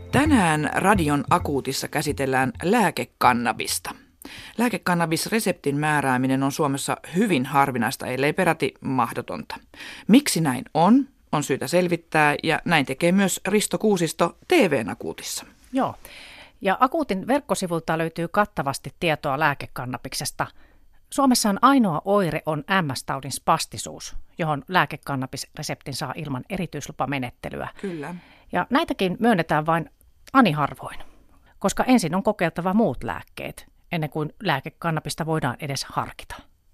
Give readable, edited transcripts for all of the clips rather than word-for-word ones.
Tänään Radion akuutissa käsitellään lääkekannabista. Lääkekannabisreseptin määrääminen on Suomessa hyvin harvinaista, ellei peräti mahdotonta. Miksi näin on syytä selvittää ja näin tekee myös Risto Kuusisto TV:n akuutissa. Joo, ja akuutin verkkosivulta löytyy kattavasti tietoa lääkekannabiksesta. Suomessa ainoa oire on MS-taudin spastisuus, johon lääkekannabisreseptin saa ilman erityislupamenettelyä. Kyllä. Ja näitäkin myönnetään vain ani harvoin, koska ensin on kokeiltava muut lääkkeet, ennen kuin lääkekannabista voidaan edes harkita.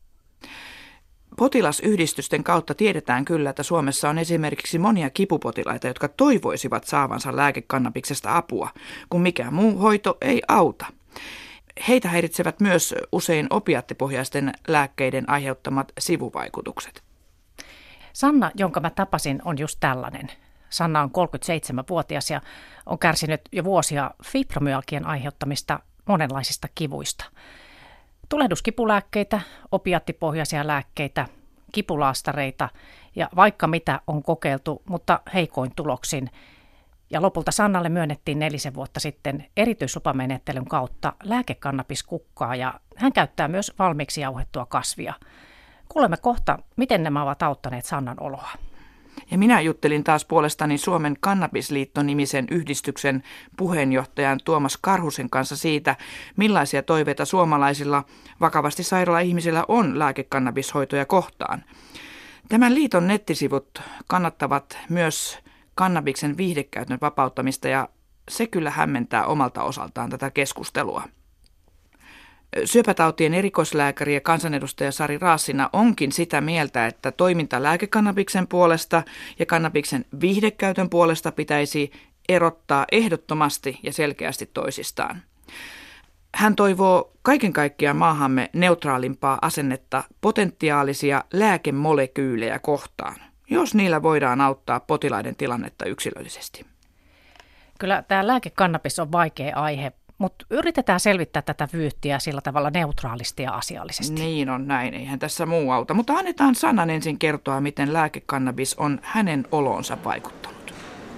Potilasyhdistysten kautta tiedetään kyllä, että Suomessa on esimerkiksi monia kipupotilaita, jotka toivoisivat saavansa lääkekannabiksesta apua, kun mikään muu hoito ei auta. Heitä häiritsevät myös usein opiaattipohjaisten lääkkeiden aiheuttamat sivuvaikutukset. Sanna, jonka mä tapasin, on just tällainen. Sanna on 37-vuotias ja on kärsinyt jo vuosia fibromyalgian aiheuttamista monenlaisista kivuista. Tulehduskipulääkkeitä, opiaattipohjaisia lääkkeitä, kipulaastareita ja vaikka mitä on kokeiltu, mutta heikoin tuloksin. Ja lopulta Sannalle myönnettiin 4 vuotta sitten erityislupamenettelyn kautta lääkekannabiskukkaa ja hän käyttää myös valmiiksi jauhettua kasvia. Kuulemme kohta, miten nämä ovat auttaneet Sannan oloa. Ja minä juttelin taas puolestani Suomen Kannabisliitto-nimisen yhdistyksen puheenjohtajan Tuomas Karhusen kanssa siitä, millaisia toiveita suomalaisilla vakavasti sairailla ihmisillä on lääkekannabishoitoja kohtaan. Tämän liiton nettisivut kannattavat myös kannabiksen viihdekäytön vapauttamista ja se kyllä hämmentää omalta osaltaan tätä keskustelua. Syöpätautien erikoislääkäri ja kansanedustaja Sari Raassina onkin sitä mieltä, että toiminta lääkekannabiksen puolesta ja kannabiksen viihdekäytön puolesta pitäisi erottaa ehdottomasti ja selkeästi toisistaan. Hän toivoo kaiken kaikkiaan maahamme neutraalimpaa asennetta potentiaalisia lääkemolekyylejä kohtaan, jos niillä voidaan auttaa potilaiden tilannetta yksilöllisesti. Kyllä tämä lääkekannabis on vaikea aihe. Mutta yritetään selvittää tätä vyyhtiä sillä tavalla neutraalisti ja asiallisesti. Niin on näin, eihän tässä muu auta. Mutta annetaan Sannan ensin kertoa, miten lääkekannabis on hänen oloonsa vaikuttanut.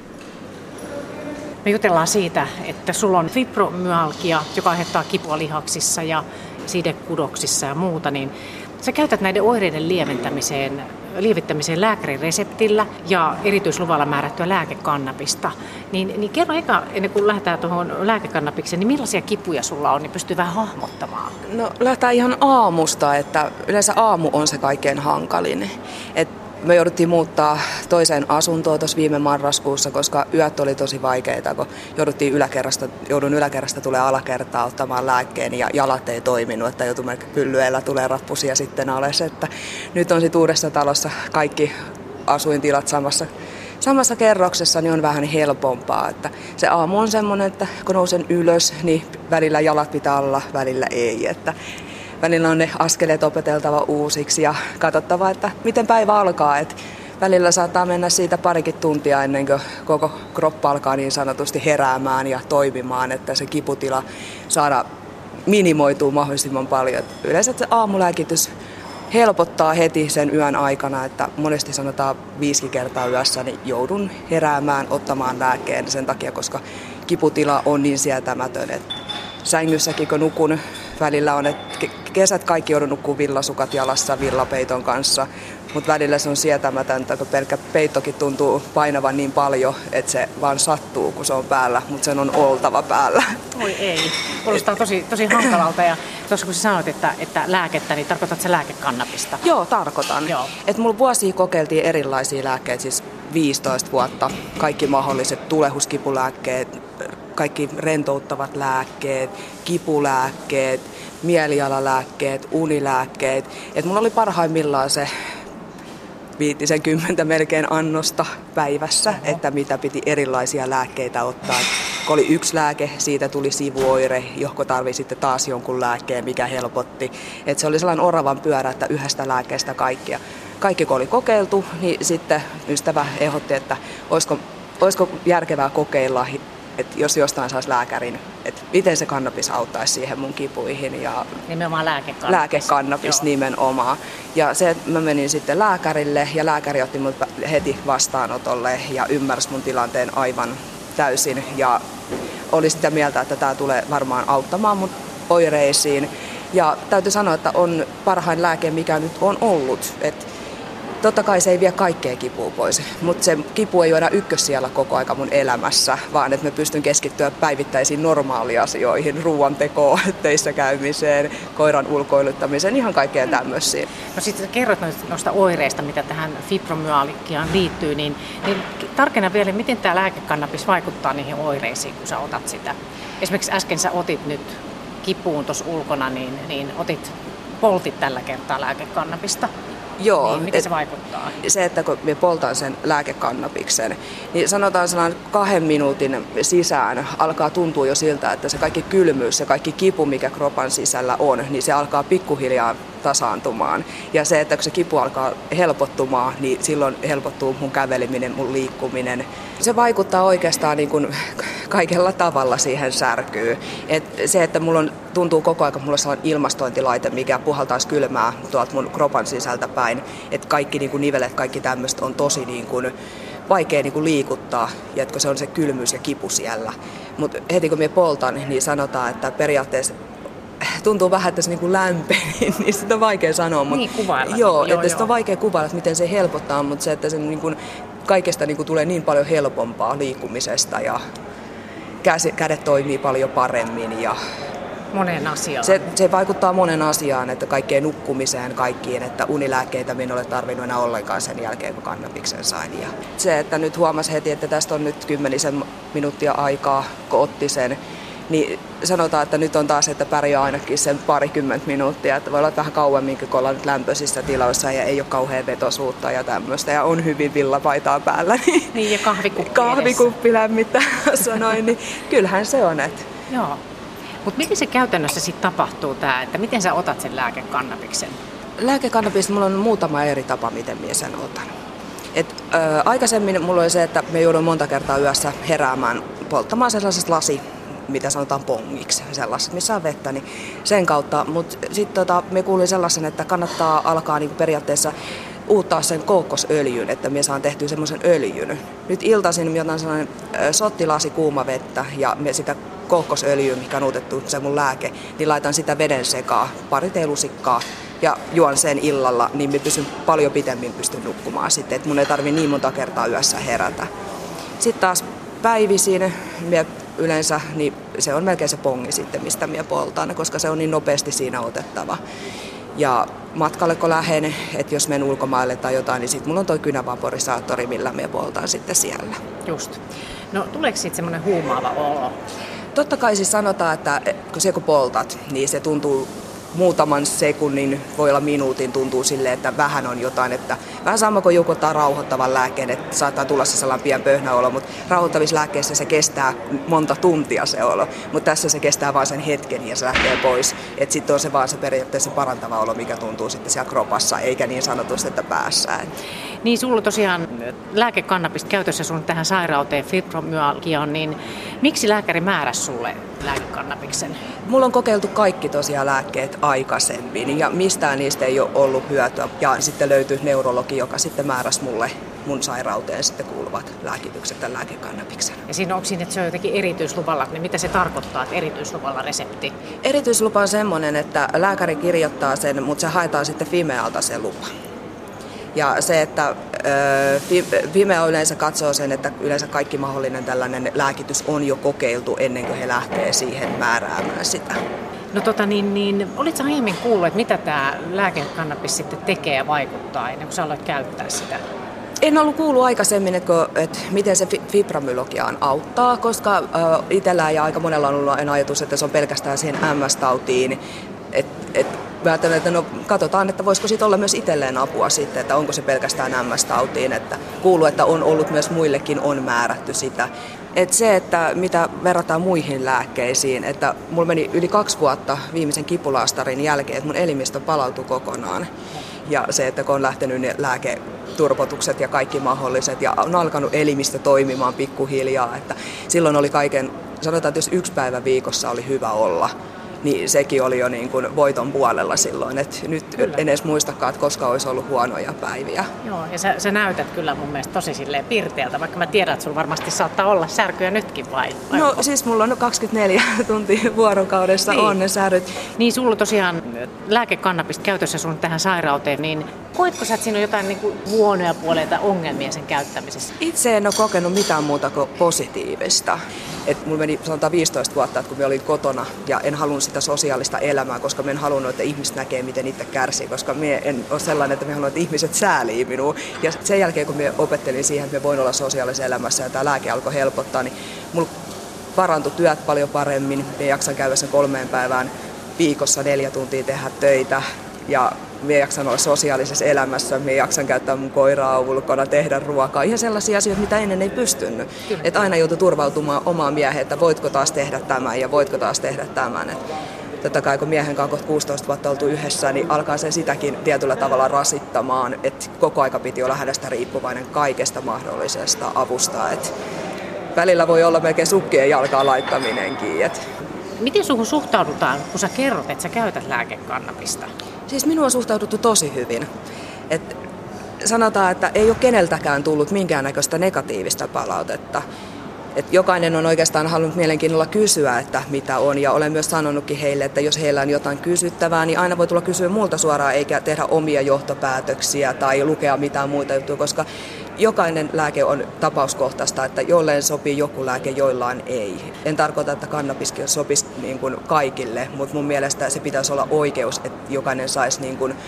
Me jutellaan siitä, että sulla on fibromyalgia, joka aiheuttaa kipua lihaksissa ja sidekudoksissa ja muuta, niin sä käytät näiden oireiden lievittämiseen lääkärin reseptillä ja erityisluvalla määrättyä lääkekannabista. Niin kerro eka, ennen kuin lähdetään tuohon lääkekannabikseen, niin millaisia kipuja sulla on, niin pystyy vähän hahmottamaan? No lähdetään ihan aamusta, että yleensä aamu on se kaikkein hankalin. Me jouduttiin muuttaa toiseen asuntoon tuossa viime marraskuussa, koska yöt oli tosi vaikeita, kun joudun yläkerrasta tulee alakertaa ottamaan lääkkeen ja jalat ei toiminut, että joutui pyllyellä tulee rappusia sitten alas. Että nyt on sitten uudessa talossa kaikki asuintilat samassa kerroksessa, niin on vähän helpompaa. Että se aamu on semmoinen, että kun nousen ylös, niin välillä jalat pitää olla, välillä ei. Että välillä on ne askeleet opeteltava uusiksi ja katsottava, että miten päivä alkaa. Että välillä saattaa mennä siitä parikin tuntia ennen kuin koko kroppa alkaa niin sanotusti heräämään ja toimimaan, että se kiputila saada minimoituu mahdollisimman paljon. Että yleensä se aamulääkitys helpottaa heti sen yön aikana, että monesti sanotaan 5 kertaa yössä, niin joudun heräämään ottamaan lääkkeen sen takia, koska kiputila on niin sietämätön. Että sängyssäkin kun nukun, välillä on, että kesät kaikki joudun nukkuu villasukat jalassa villapeiton kanssa, mutta välillä se on sietämätöntä, kun pelkkä peittokin tuntuu painavan niin paljon, että se vaan sattuu, kun se on päällä, mutta sen on oltava päällä. Oi ei, kuulostaa tosi hankalalta. Ja tuossa kun sä sanoit, että lääkettä, niin tarkoitatko sä lääkekannabista? Joo, tarkoitan. Joo. Että mulla vuosia kokeiltiin erilaisia lääkkeitä, siis 15 vuotta, kaikki mahdolliset tulehuskipulääkkeet, kaikki rentouttavat lääkkeet, kipulääkkeet, mielialalääkkeet, unilääkkeet. Et mulla oli parhaimmillaan se 50 melkein annosta päivässä, että mitä piti erilaisia lääkkeitä ottaa. Kun oli yksi lääke, siitä tuli sivuoire, johon tarvii sitten taas jonkun lääkkeen, mikä helpotti. Et se oli sellainen oravan pyörä, että yhdestä lääkkeestä kaikkia. Kaikki kun oli kokeiltu, niin sitten ystävä ehdotti, että olisiko järkevää kokeilla, että jos jostain saisi lääkärin, että miten se kannabis auttaisi siihen mun kipuihin. Ja nimenomaan lääkekannabis. Lääkekannabis nimenomaan. Ja se, että mä menin sitten lääkärille ja lääkäri otti mut heti vastaanotolle ja ymmärsi mun tilanteen aivan täysin. Ja oli sitä mieltä, että tämä tulee varmaan auttamaan mun oireisiin. Ja täytyy sanoa, että on parhain lääke, mikä nyt on ollut. Totta kai se ei vie kaikkea kipua pois, mutta se kipu ei ole enää ykkössijalla koko aika mun elämässä, vaan että mä pystyn keskittyä päivittäisiin normaaliasioihin, ruoantekoon, töissä käymiseen, koiran ulkoiluttamiseen, ihan kaikkeen tämmöisiin. No sitten kerrot noista oireista, mitä tähän fibromyalgiaan liittyy, niin tarkenna vielä, miten tämä lääkekannabis vaikuttaa niihin oireisiin, kun sä otat sitä. Esimerkiksi äsken sä otit nyt kipuun tuossa ulkona, niin poltit tällä kertaa lääkekannabista. Joo. Niin, miten se vaikuttaa? Se, että kun me poltan sen lääkekannabiksen, niin sanotaan sellainen 2 minuutin sisään alkaa tuntua jo siltä, että se kaikki kylmyys, se kaikki kipu, mikä kropan sisällä on, niin se alkaa pikkuhiljaa tasaantumaan. Ja se, että kun se kipu alkaa helpottumaan, niin silloin helpottuu mun käveleminen, mun liikkuminen. Se vaikuttaa oikeastaan niin kuin kaikella tavalla siihen särkyyn. Se, että tuntuu koko ajan, mulla on sellainen ilmastointilaite, mikä puhaltaisi kylmää tuolta mun kropan sisältä päin. Että kaikki niin kuin nivelet, kaikki tämmöistä on tosi niin kuin vaikea niin kuin liikuttaa, ja että se on se kylmyys ja kipu siellä. Mutta heti kun minä poltan, niin sanotaan, että periaatteessa tuntuu vähän, että se niin kuin lämpeni, niin sitä on vaikea sanoa. Niin, kuvailla. Joo, että sitä on vaikea kuvailla, että miten se helpottaa, mutta se, että se niin kuin kaikesta niin kuin tulee niin paljon helpompaa liikkumisesta ja kädet toimii paljon paremmin. Ja monen asiaan. Se vaikuttaa monen asiaan, että kaikkeen nukkumiseen, kaikkiin, että unilääkkeitä minä en ole tarvinnut enää ollenkaan sen jälkeen, kun kannabiksen sain. Ja se, että nyt huomasi heti, että tästä on nyt 10 minuuttia aikaa, kun otti sen, niin sanotaan, että nyt on taas, että pärjää ainakin sen 20 minuuttia, että voi olla vähän kauemminkin, kun ollaan nyt lämpöisissä tiloissa ja ei ole kauhean vetosuutta ja tämmöistä, ja on hyvin villapaitaa päällä. Niin, ja kahvikuppi lämmittää, sanoin, niin kyllähän se on. Joo. Mutta miten se käytännössä sitten tapahtuu tämä, että miten sä otat sen lääkekannabiksen? Lääkekannabis, mulla on muutama eri tapa, miten minä sen otan. Aikaisemmin mulla oli se, että me joudun monta kertaa yössä heräämään polttamaan sellaisesta lasi, mitä sanotaan pongiksi, sellaisesta, missä on vettä, niin sen kautta. Mutta sitten me kuulin sellaisen, että kannattaa alkaa niinku periaatteessa uuttaa sen kookosöljyn, että me saan tehtyä semmoisen öljyn. Nyt iltaisin me otan sellainen shottilasi kuuma vettä ja me sitä kookosöljyä, mikä on uutettu se mun lääke, niin laitan sitä veden sekaan, pari teelusikkaa ja juon sen illalla, niin me paljon pitemmin pystyn nukkumaan sitten, että mun ei tarvi niin monta kertaa yössä herätä. Sitten taas päivisin yleensä, niin se on melkein se pongi sitten, mistä minä poltan, koska se on niin nopeasti siinä otettava. Ja matkalle kun lähden, että jos menen ulkomaille tai jotain, niin sitten mulla on toi kynävaporisaattori, millä minä poltan sitten siellä. Just. No tuleeko sitten semmoinen huumaava olo? Totta kai siis sanotaan, että kun poltat, niin se tuntuu muutaman sekunnin, voi olla minuutin, tuntuu silleen, että vähän on jotain, että vähän sama kuin joku ottaa rauhoittavan lääkkeen, että saattaa tulla se sellainen pian pöhnäolo, mutta rauhoittavissa lääkkeissä se kestää monta tuntia se olo, mutta tässä se kestää vain sen hetken ja se lähtee pois, että sitten on se vaan se periaatteessa parantava olo, mikä tuntuu sitten siellä kropassa, eikä niin sanotusti, että päässä. Niin, sulla tosiaan lääkekannabis käytössä sun tähän sairauteen, fibromyalgiaan, niin miksi lääkäri määräsi sulle lääkekannabiksen? Mulla on kokeiltu kaikki tosiaan lääkkeet aikaisemmin ja mistään niistä ei ole ollut hyötyä. Ja sitten löytyi neurologi, joka sitten määräsi mulle mun sairauteen sitten kuuluvat lääkitykset tämän lääkekannabiksen. Ja siinä onko siinä, että se on jotenkin erityisluvalla, niin mitä se tarkoittaa, että erityisluvalla resepti? Erityislupa on semmoinen, että lääkäri kirjoittaa sen, mutta se haetaan sitten Fimealta se lupa. Ja se, että Fimea yleensä katsoo sen, että yleensä kaikki mahdollinen tällainen lääkitys on jo kokeiltu ennen kuin he lähtee siihen määräämään sitä. No olitko aiemmin kuullut, että mitä tämä lääkekannabis sitten tekee ja vaikuttaa ennen kuin sä aloit käyttää sitä? En ollut kuullut aikaisemmin, että miten se fibromyalgiaan auttaa, koska itsellään ja aika monella on ollut ajatus, että se on pelkästään siihen MS-tautiin. Mä ajattelen, että katsotaan, että voisiko siitä olla myös itselleen apua sitten, että onko se pelkästään MS-tautiin, että kuuluu, että on ollut myös muillekin on määrätty sitä. Että se, että mitä verrataan muihin lääkkeisiin, että mulla meni yli 2 vuotta viimeisen kipulaastarin jälkeen, että mun elimistö palautui kokonaan. Ja se, että kun on lähtenyt ne lääketurpotukset ja kaikki mahdolliset ja on alkanut elimistö toimimaan pikkuhiljaa, että silloin oli sanotaan, että jos 1 päivä viikossa oli hyvä olla, niin sekin oli jo niin kuin voiton puolella silloin. Et nyt kyllä. En edes muistakaan, että koska olisi ollut huonoja päiviä. Joo, ja sä näytät kyllä mun mielestä tosi silleen pirteältä, vaikka mä tiedän, että sulla varmasti saattaa olla särkyjä nytkin vai no siis mulla on 24 tuntia vuorokaudessa niin. On ne säryt. Niin sulla on tosiaan lääkekannabista käytössä sun tähän sairauteen, niin koetko sä, että siinä on jotain niin kuin huonoja puolia tai ongelmia sen käyttämisessä? Itse en ole kokenut mitään muuta kuin positiivista. Et mulla meni sanotaan 15 vuotta, että kun mä olin kotona ja en halunnut sitä sosiaalista elämää, koska mä en halunnut, että ihmiset näkee, miten itse kärsii, koska mä en ole sellainen, että mä haluan, että ihmiset säälii minua. Ja sen jälkeen, kun mä opettelin siihen, että mä voin olla sosiaalisessa elämässä ja tämä lääke alkoi helpottaa, niin mulla parantui työt paljon paremmin. Mä jaksan käydä sen 3 päivään viikossa 4 tuntia tehdä töitä ja mä jaksan olla sosiaalisessa elämässä, mä jaksan käyttää mun koiraa ulkona, tehdä ruokaa. Ihan sellaisia asioita, mitä ennen ei pystynyt. Että aina joutui turvautumaan omaan mieheen, että voitko taas tehdä tämän ja voitko taas tehdä tämän. Totta kai kun miehen kanssa 16 vuotta oltu yhdessä, niin alkaa se sitäkin tietyllä tavalla rasittamaan. Että koko aika piti olla hänestä riippuvainen kaikesta mahdollisesta avusta. Et välillä voi olla melkein sukkien jalkaan laittaminenkin. Miten suhun suhtaudutaan, kun sä kerrot, että sä käytät lääkekannabista? Siis minua on suhtauduttu tosi hyvin. Sanotaan, että ei ole keneltäkään tullut minkäännäköistä negatiivista palautetta. Jokainen on oikeastaan halunnut mielenkiinnolla kysyä, että mitä on. Ja olen myös sanonutkin heille, että jos heillä on jotain kysyttävää, niin aina voi tulla kysyä multa suoraan, eikä tehdä omia johtopäätöksiä tai lukea mitään muita juttuja, koska jokainen lääke on tapauskohtaista, että jolleen sopii joku lääke, joillain ei. En tarkoita, että kannabiskin sopisi niin kuin kaikille, mutta mun mielestä se pitäisi olla oikeus, että jokainen saisi niin kuin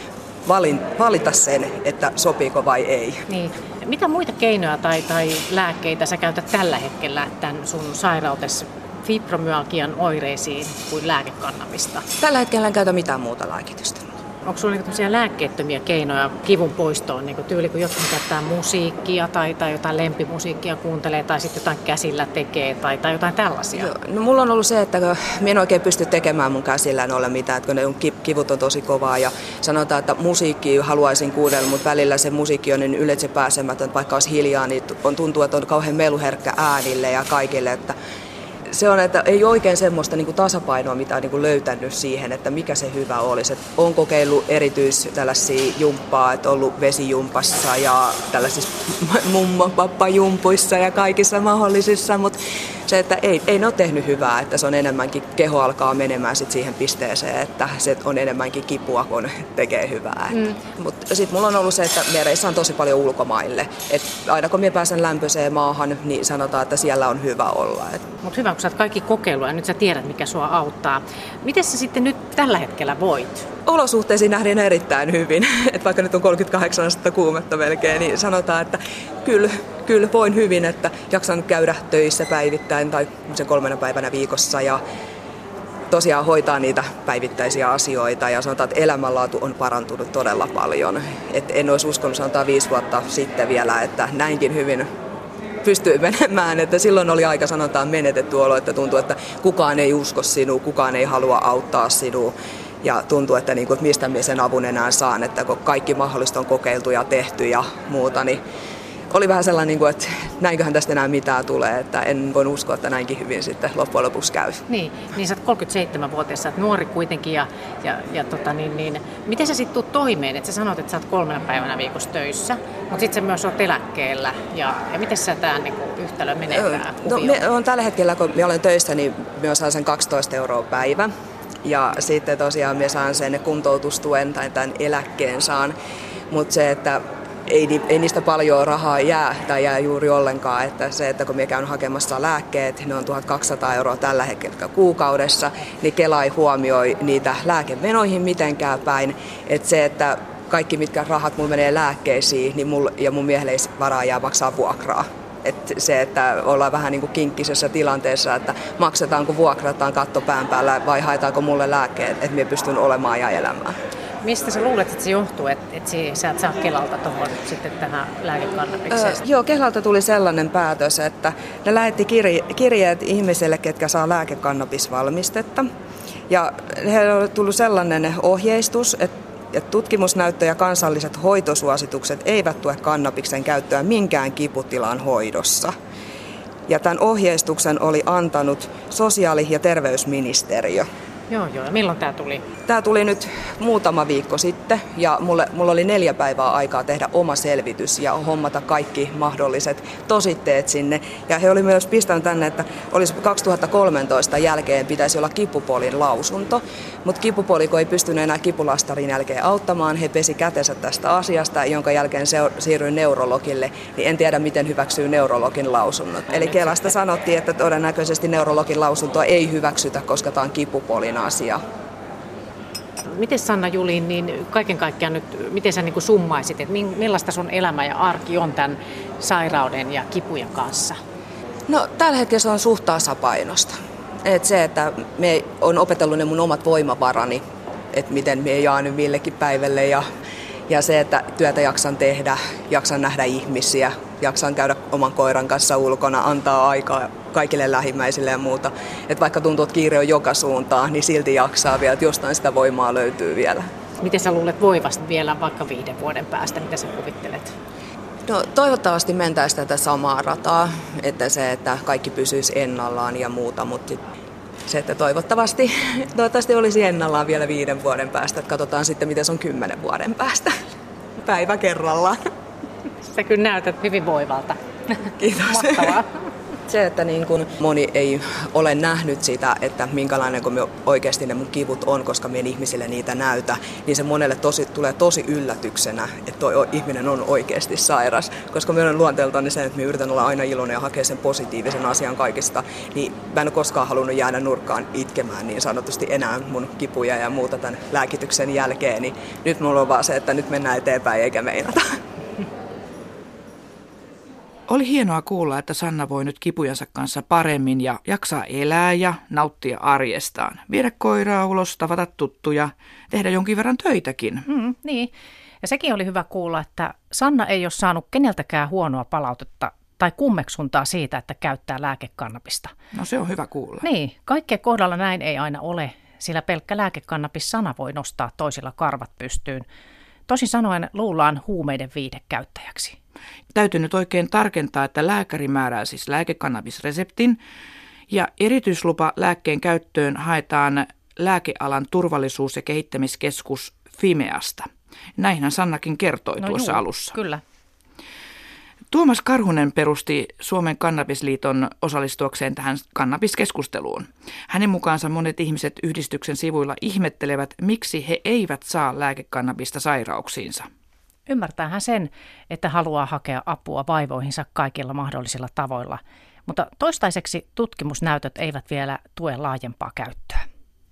valita sen, että sopiiko vai ei. Niin. Mitä muita keinoja tai lääkkeitä sä käytät tällä hetkellä tämän sun sairautesi fibromyalgian oireisiin kuin lääkekannabista? Tällä hetkellä en käytä mitään muuta lääkitystä. Onko sulla niinku lääkkeettömiä keinoja kivun poistoon, niin tyyli kun jotkut käyttää musiikkia tai jotain lempimusiikkia kuuntelee tai sitten jotain käsillä tekee tai jotain tällaisia? No, mulla on ollut se, että mä en oikein pysty tekemään mun käsillä en ole mitään, että kun ne kivut on tosi kovaa ja sanotaan, että musiikkia haluaisin kuunnella, mutta välillä se musiikki on niin ylitse pääsemätön, vaikka olisi hiljaa, niin tuntuu, että on kauhean meluherkkä äänille ja kaikille, että se on, että ei oikein semmoista niin kuin tasapainoa, mitä on niin kuin löytänyt siihen, että mikä se hyvä olisi. Olen kokeillut tällaisia jumppaa, että ollut vesijumpassa ja tällaisissa mummo-pappa-jumpuissa ja kaikissa mahdollisissa, mutta se, että ei ne ole tehnyt hyvää, että se on enemmänkin, keho alkaa menemään sit siihen pisteeseen, että se on enemmänkin kipua, kun tekee hyvää. Mutta sitten mulla on ollut se, että me reissaan tosi paljon ulkomaille. Et aina kun minä pääsen lämpöiseen maahan, niin sanotaan, että siellä on hyvä olla. Mutta hyvä, kun sä oot kaikki kokeillut ja nyt sä tiedät, mikä sua auttaa. Miten sä sitten nyt tällä hetkellä voit? Olosuhteisiin nähden erittäin hyvin. Et vaikka nyt on 38 astetta kuumetta melkein, niin sanotaan, että kyllä voin hyvin, että jaksan käydä töissä päivittäin tai sen 3 päivänä viikossa ja tosiaan hoitaa niitä päivittäisiä asioita ja sanotaan, että elämänlaatu on parantunut todella paljon. Et en olisi uskonut sanotaan 5 vuotta sitten vielä, että näinkin hyvin pystyy menemään, että silloin oli aika sanotaan menetetty olo, että tuntuu, että kukaan ei usko sinua, kukaan ei halua auttaa sinua. Ja tuntuu, että mistä minä sen avun enää saan, että kun kaikki mahdollista on kokeiltu ja tehty ja muuta, niin oli vähän sellainen, että näinköhän tästä enää mitään tulee, että en voi uskoa, että näinkin hyvin sitten loppujen lopuksi käy. Niin sä oot 37-vuotias, sä oot nuori kuitenkin miten sä sitten tuut toimeen? Et sä sanot, että sä oot 3 päivänä viikossa töissä, mutta sitten sä myös oot eläkkeellä ja miten sä tää yhtälö menee tää kuvio? No tällä hetkellä, kun minä olen töissä, niin minä saan sen 12 € päivä. Ja sitten tosiaan minä saan sen kuntoutustuen tai tämän eläkkeen saan, mutta se, että ei niistä paljon rahaa jää tai jää juuri ollenkaan, että se, että kun minä käyn hakemassa lääkkeet, ne on 1 200 € tällä hetkellä kuukaudessa, niin Kela ei huomioi niitä lääkemenoihin mitenkään päin, että se, että kaikki mitkä rahat mulla menee lääkkeisiin, niin mulla ja mun miehelle ei varaa jää maksaa vuokraa. Että se, että ollaan vähän niin kuin kinkkisessä tilanteessa, että maksetaanko vuokrataan katto pään päällä vai haetaanko mulle lääkkeet, että minä pystyn olemaan ja elämään. Mistä sä luulet, että se johtuu, että sä et saa Kelalta tuohon sitten tähän lääkekannabikseen? Joo, Kelalta tuli sellainen päätös, että ne lähetti kirjeet ihmisille, ketkä saa lääkekannabisvalmistetta. Ja heillä on tullut sellainen ohjeistus, että tutkimusnäyttö ja kansalliset hoitosuositukset eivät tue kannabiksen käyttöä minkään kiputilan hoidossa. Ja tämän ohjeistuksen oli antanut sosiaali- ja terveysministeriö. Joo. Ja milloin tämä tuli? Tämä tuli nyt muutama viikko sitten ja mulla oli 4 päivää aikaa tehdä oma selvitys ja hommata kaikki mahdolliset tositteet sinne. Ja he oli myös pistänyt tänne, että olisi 2013 jälkeen pitäisi olla kipupolin lausunto, mutta kipupoliko ei pystynyt enää kipulastarin jälkeen auttamaan. He pesi kätensä tästä asiasta, jonka jälkeen siirryin neurologille, niin en tiedä miten hyväksyy neurologin lausunnot. Eli Kelasta sanottiin, että todennäköisesti neurologin lausuntoa ei hyväksytä, koska tämä on kipupolin asia. Miten Sanna Julin, niin kaiken kaikkiaan nyt, miten sä niin summaisit, että millaista sun elämä ja arki on tämän sairauden ja kipujen kanssa? No tällä hetkellä se on suht tasapainosta. Et se, että me on opetellut ne mun omat voimavarani, että miten me jaan nyt millekin päivälle ja se, että työtä jaksan tehdä, jaksan nähdä ihmisiä, jaksan käydä oman koiran kanssa ulkona, antaa aikaa kaikille lähimmäisille ja muuta. Että vaikka tuntuu, että kiire on joka suuntaan, niin silti jaksaa vielä, että jostain sitä voimaa löytyy vielä. Miten sä luulet voivasti vielä vaikka 5 vuoden päästä, mitä sä kuvittelet? No toivottavasti mentäisiin tätä samaa rataa, että se, että kaikki pysyisi ennallaan ja muuta, mutta se, että toivottavasti olisi ennallaan vielä 5 vuoden päästä, että katsotaan sitten, miten se on 10 vuoden päästä. Päivä kerrallaan. Sä kyllä näytät hyvin voivalta. Kiitos. Mahtavaa. Se, että niin kun moni ei ole nähnyt sitä, että minkälainen kun oikeasti ne mun kivut on, koska me en ihmisille niitä näytä, niin se monelle tulee tosi yllätyksenä, että toi ihminen on oikeasti sairas. Koska meidän luonteeltaan se, että me yritän olla aina iloinen ja hakea sen positiivisen asian kaikista, niin mä en ole koskaan halunnut jäädä nurkkaan itkemään niin sanotusti enää mun kipuja ja muuta tämän lääkityksen jälkeen. Niin nyt mulla on vaan se, että nyt mennään eteenpäin eikä meinata. Oli hienoa kuulla, että Sanna voi nyt kipujansa kanssa paremmin ja jaksaa elää ja nauttia arjestaan. Viedä koiraa ulos, tavata tuttuja, tehdä jonkin verran töitäkin. Niin, ja sekin oli hyvä kuulla, että Sanna ei ole saanut keneltäkään huonoa palautetta tai kummeksuntaa siitä, että käyttää lääkekannabista. No se on hyvä kuulla. Niin, kaikkien kohdalla näin ei aina ole, sillä pelkkä lääkekannabis-sana voi nostaa toisilla karvat pystyyn. Tosin sanoen luullaan huumeiden viihdekäyttäjäksi. Täytyy nyt oikein tarkentaa, että lääkäri määrää siis lääkekannabisreseptin ja erityislupa lääkkeen käyttöön haetaan lääkealan turvallisuus- ja kehittämiskeskus Fimeasta. Näinhän Sannakin kertoi tuossa alussa. Kyllä. Tuomas Karhunen perusti Suomen Kannabisliiton osallistuakseen tähän kannabiskeskusteluun. Hänen mukaansa monet ihmiset yhdistyksen sivuilla ihmettelevät, miksi he eivät saa lääkekannabista sairauksiinsa. Ymmärtäähän sen, että haluaa hakea apua vaivoihinsa kaikilla mahdollisilla tavoilla, mutta toistaiseksi tutkimusnäytöt eivät vielä tue laajempaa käyttöä.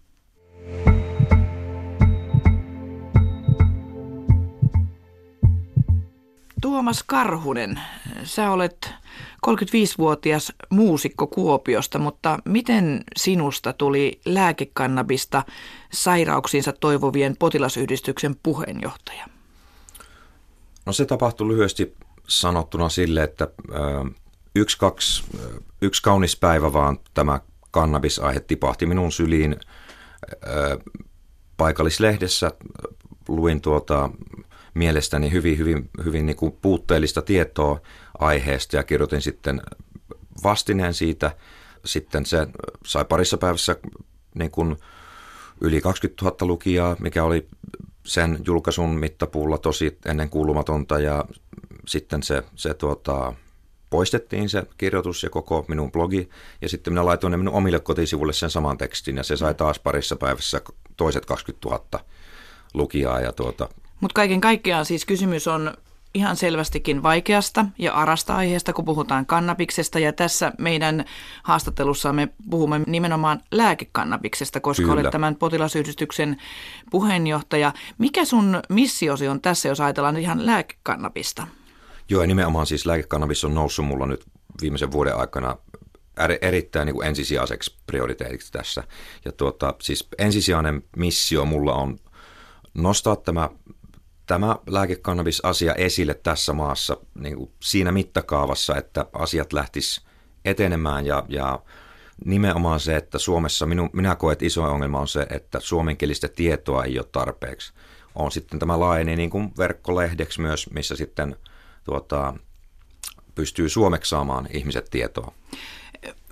Tuomas Karhunen, sä olet 35-vuotias muusikko Kuopiosta, mutta miten sinusta tuli lääkekannabista sairauksiinsa toivovien potilasyhdistyksen puheenjohtaja? No se tapahtui lyhyesti sanottuna sille, että yksi kaunis päivä vaan tämä kannabisaihe tipahti minun syliin. Paikallislehdessä luin mielestäni hyvin niin kuin puutteellista tietoa aiheesta ja kirjoitin sitten vastineen siitä. Sitten se sai parissa päivässä niin kuin yli 20 000 lukijaa, mikä oli sen julkaisun mittapuulla tosi ennenkuulumatonta ja sitten se poistettiin se kirjoitus ja koko minun blogi ja sitten minä laitoin ne minun omille kotisivuille sen saman tekstin ja se sai taas parissa päivässä toiset 20 000 lukijaa. Mutta kaiken kaikkiaan siis kysymys on ihan selvästikin vaikeasta ja arasta aiheesta, kun puhutaan kannabiksesta. Ja tässä meidän haastattelussa me puhumme nimenomaan lääkekannabiksesta, koska Kyllä. olet tämän potilasyhdistyksen puheenjohtaja. Mikä sun missiosi on tässä, jos ajatellaan ihan lääkekannabista? Joo, ja nimenomaan siis lääkekannabis on noussut mulla nyt viimeisen vuoden aikana erittäin niin kuin ensisijaiseksi prioriteetiksi tässä. Ja siis ensisijainen missio mulla on nostaa tämä lääkekannabis-asia esille tässä maassa niin kuin siinä mittakaavassa, että asiat lähtis etenemään ja nimenomaan se, että Suomessa minä koen, että iso ongelma on se, että suomenkielistä tietoa ei ole tarpeeksi. On sitten tämä laajeni niin kuin verkkolehdeksi myös, missä sitten pystyy suomeksi saamaan ihmiset tietoa.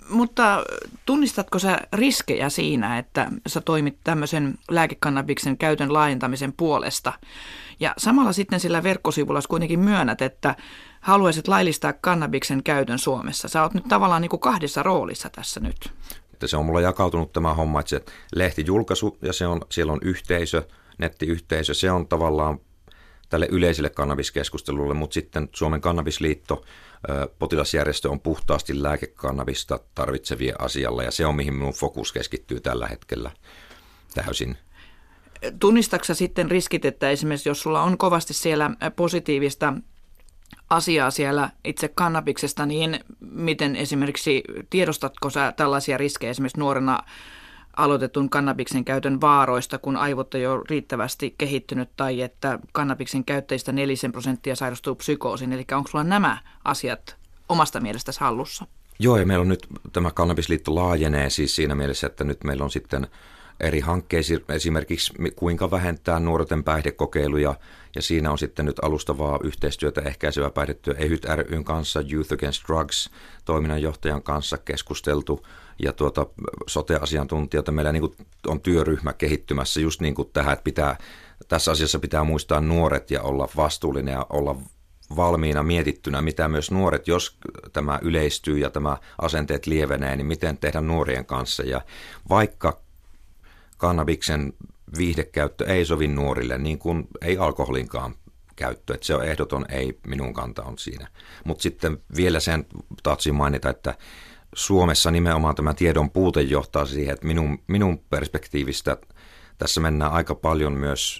Mutta tunnistatko sä riskejä siinä, että sä toimit tämmöisen lääkekannabiksen käytön laajentamisen puolesta? Ja samalla sitten sillä verkkosivulla kuitenkin myönnät, että haluaisit laillistaa kannabiksen käytön Suomessa. Sä oot nyt tavallaan niin kuin kahdessa roolissa tässä nyt. Että se on mulla jakautunut tämä homma, että se lehtijulkaisu ja siellä on yhteisö, nettiyhteisö, se on tavallaan tälle yleiselle kannabiskeskustelulle, mutta sitten Suomen kannabisliitto, potilasjärjestö on puhtaasti lääkekannabista tarvitsevien asialla ja se on mihin minun fokus keskittyy tällä hetkellä täysin. Tunnistatko sitten riskit, että esimerkiksi jos sulla on kovasti siellä positiivista asiaa siellä itse kannabiksesta, niin miten esimerkiksi tiedostatko sä tällaisia riskejä esimerkiksi nuorena aloitetun kannabiksen käytön vaaroista, kun aivot ei ole riittävästi kehittynyt tai että kannabiksen käyttäjistä 4% sairastuu psykoosiin. Eli onko sulla nämä asiat omasta mielestäsi hallussa? Joo, ja meillä on nyt tämä kannabisliitto laajenee siis siinä mielessä, että nyt meillä on sitten eri hankkeisiin, esimerkiksi kuinka vähentää nuorten päihdekokeiluja, ja siinä on sitten nyt alustavaa yhteistyötä ehkäisevää päihdetyö EHYT ry:n kanssa, Youth Against Drugs toiminnanjohtajan kanssa keskusteltu, ja sote-asiantuntijoita meillä niin kuin on työryhmä kehittymässä just niin kuin tähän, että tässä asiassa pitää muistaa nuoret ja olla vastuullinen ja olla valmiina mietittynä, mitä myös nuoret, jos tämä yleistyy ja tämä asenteet lievenee, niin miten tehdä nuorien kanssa, ja vaikka kannabiksen viihdekäyttö ei sovi nuorille, niin kuin ei alkoholinkaan käyttö, että se on ehdoton ei, minun kanta on siinä. Mutta sitten vielä sen tahtsin mainita, että Suomessa nimenomaan tämä tiedon puute johtaa siihen, että minun perspektiivistä tässä mennään aika paljon